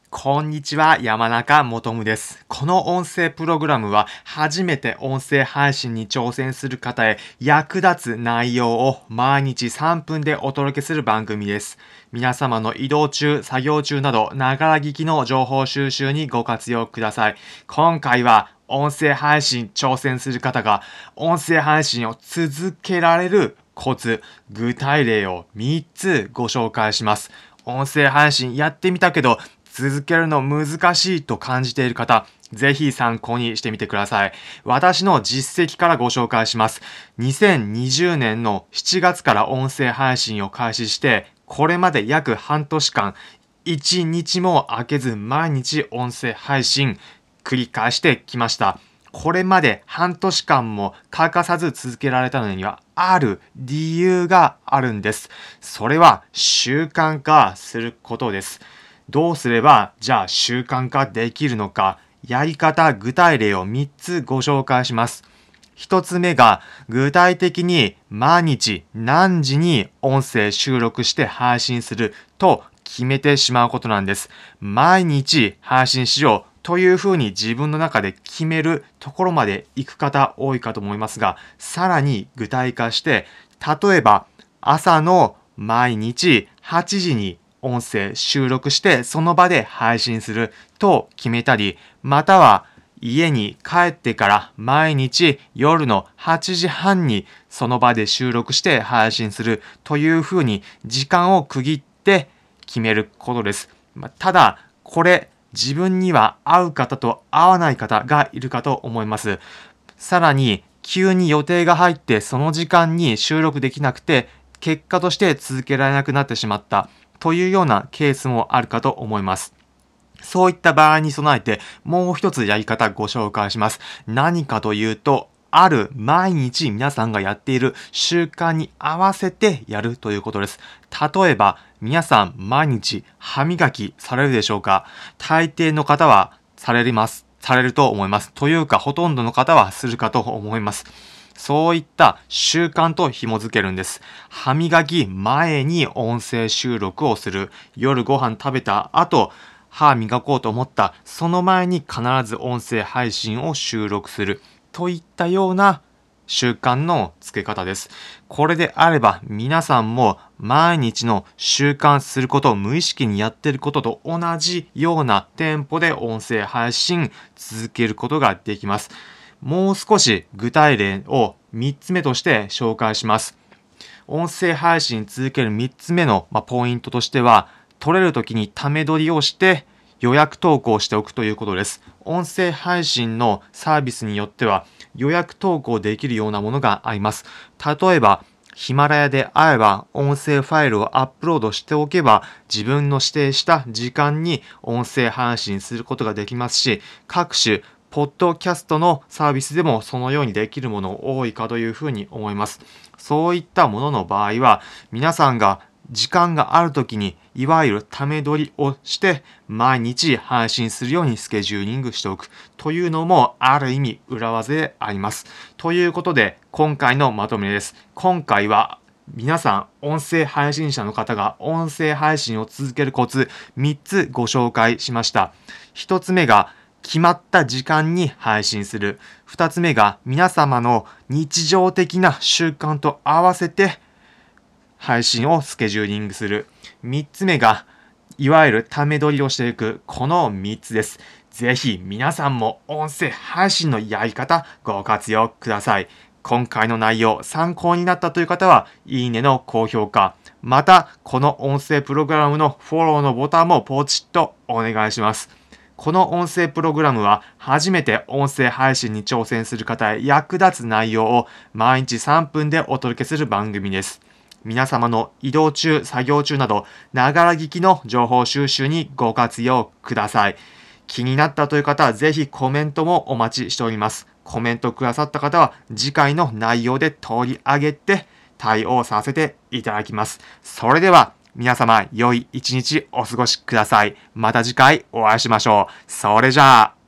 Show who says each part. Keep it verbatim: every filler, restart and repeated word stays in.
Speaker 1: こんにちは、山中もとむです。この音声プログラムは初めて音声配信に挑戦する方へ役立つ内容を毎日さんぷんでお届けする番組です。皆様の移動中、作業中など、ながら聞きの情報収集にご活用ください。今回は音声配信挑戦する方が音声配信を続けられるコツ、具体例をみっつご紹介します。音声配信やってみたけど続けるの難しいと感じている方、ぜひ参考にしてみてください。私の実績からご紹介します。にせんにじゅうねんのしちがつから音声配信を開始して、これまで約半年間、いちにちも空けず毎日音声配信繰り返してきました。これまで半年間も欠かさず続けられたのにはある理由があるんです。それは習慣化することです。どうすればじゃあ習慣化できるのか、やり方、具体例をみっつご紹介します。ひとつめが具体的に毎日何時に音声収録して配信すると決めてしまうことなんです。毎日配信しようというふうに自分の中で決めるところまで行く方多いかと思いますが、さらに具体化して、例えば朝の毎日はちじに音声収録してその場で配信すると決めたり、または家に帰ってから毎日夜のはちじはんにその場で収録して配信するというふうに時間を区切って決めることです。ただこれ自分には合う方と合わない方がいるかと思います。さらに急に予定が入ってその時間に収録できなくて結果として続けられなくなってしまったというようなケースもあるかと思います。そういった場合に備えてもう一つやり方ご紹介します。何かというと、ある毎日皆さんがやっている習慣に合わせてやるということです。例えば皆さん毎日歯磨きされるでしょうか？大抵の方はされます。されると思います。というかほとんどの方はするかと思います。そういった習慣と紐づけるんです。歯磨き前に音声収録をする。夜ご飯食べた後、歯磨こうと思った。その前に必ず音声配信を収録する。といったような習慣のつけ方です。これであれば皆さんも毎日の習慣することを無意識にやっていることと同じようなテンポで音声配信続けることができます。もう少し具体例をみっつめとして紹介します。音声配信続けるみっつめの、まあ、ポイントとしては、撮れるときにため撮りをして予約投稿しておくということです。音声配信のサービスによっては予約投稿できるようなものがあります。例えばヒマラヤであれば音声ファイルをアップロードしておけば自分の指定した時間に音声配信することができますし、各種ポッドキャストのサービスでもそのようにできるもの多いかというふうに思います。そういったものの場合は皆さんが時間があるときにいわゆるため撮りをして毎日配信するようにスケジューリングしておくというのもある意味裏技であります。ということで今回のまとめです。今回は皆さん音声配信者の方が音声配信を続けるコツみっつご紹介しました。ひとつめが決まった時間に配信する。二つ目が皆様の日常的な習慣と合わせて配信をスケジューリングする。三つ目がいわゆるため撮りをしていく。このみっつです。ぜひ皆さんも音声配信のやり方ご活用ください。今回の内容参考になったという方はいいねの高評価、またこの音声プログラムのフォローのボタンもポチッとお願いします。この音声プログラムは初めて音声配信に挑戦する方へ役立つ内容を毎日さんぷんでお届けする番組です。皆様の移動中、作業中など、ながら聞きの情報収集にご活用ください。気になったという方はぜひコメントもお待ちしております。コメントくださった方は次回の内容で取り上げて対応させていただきます。それでは、皆様良い一日お過ごしください。また次回お会いしましょう。それじゃあ。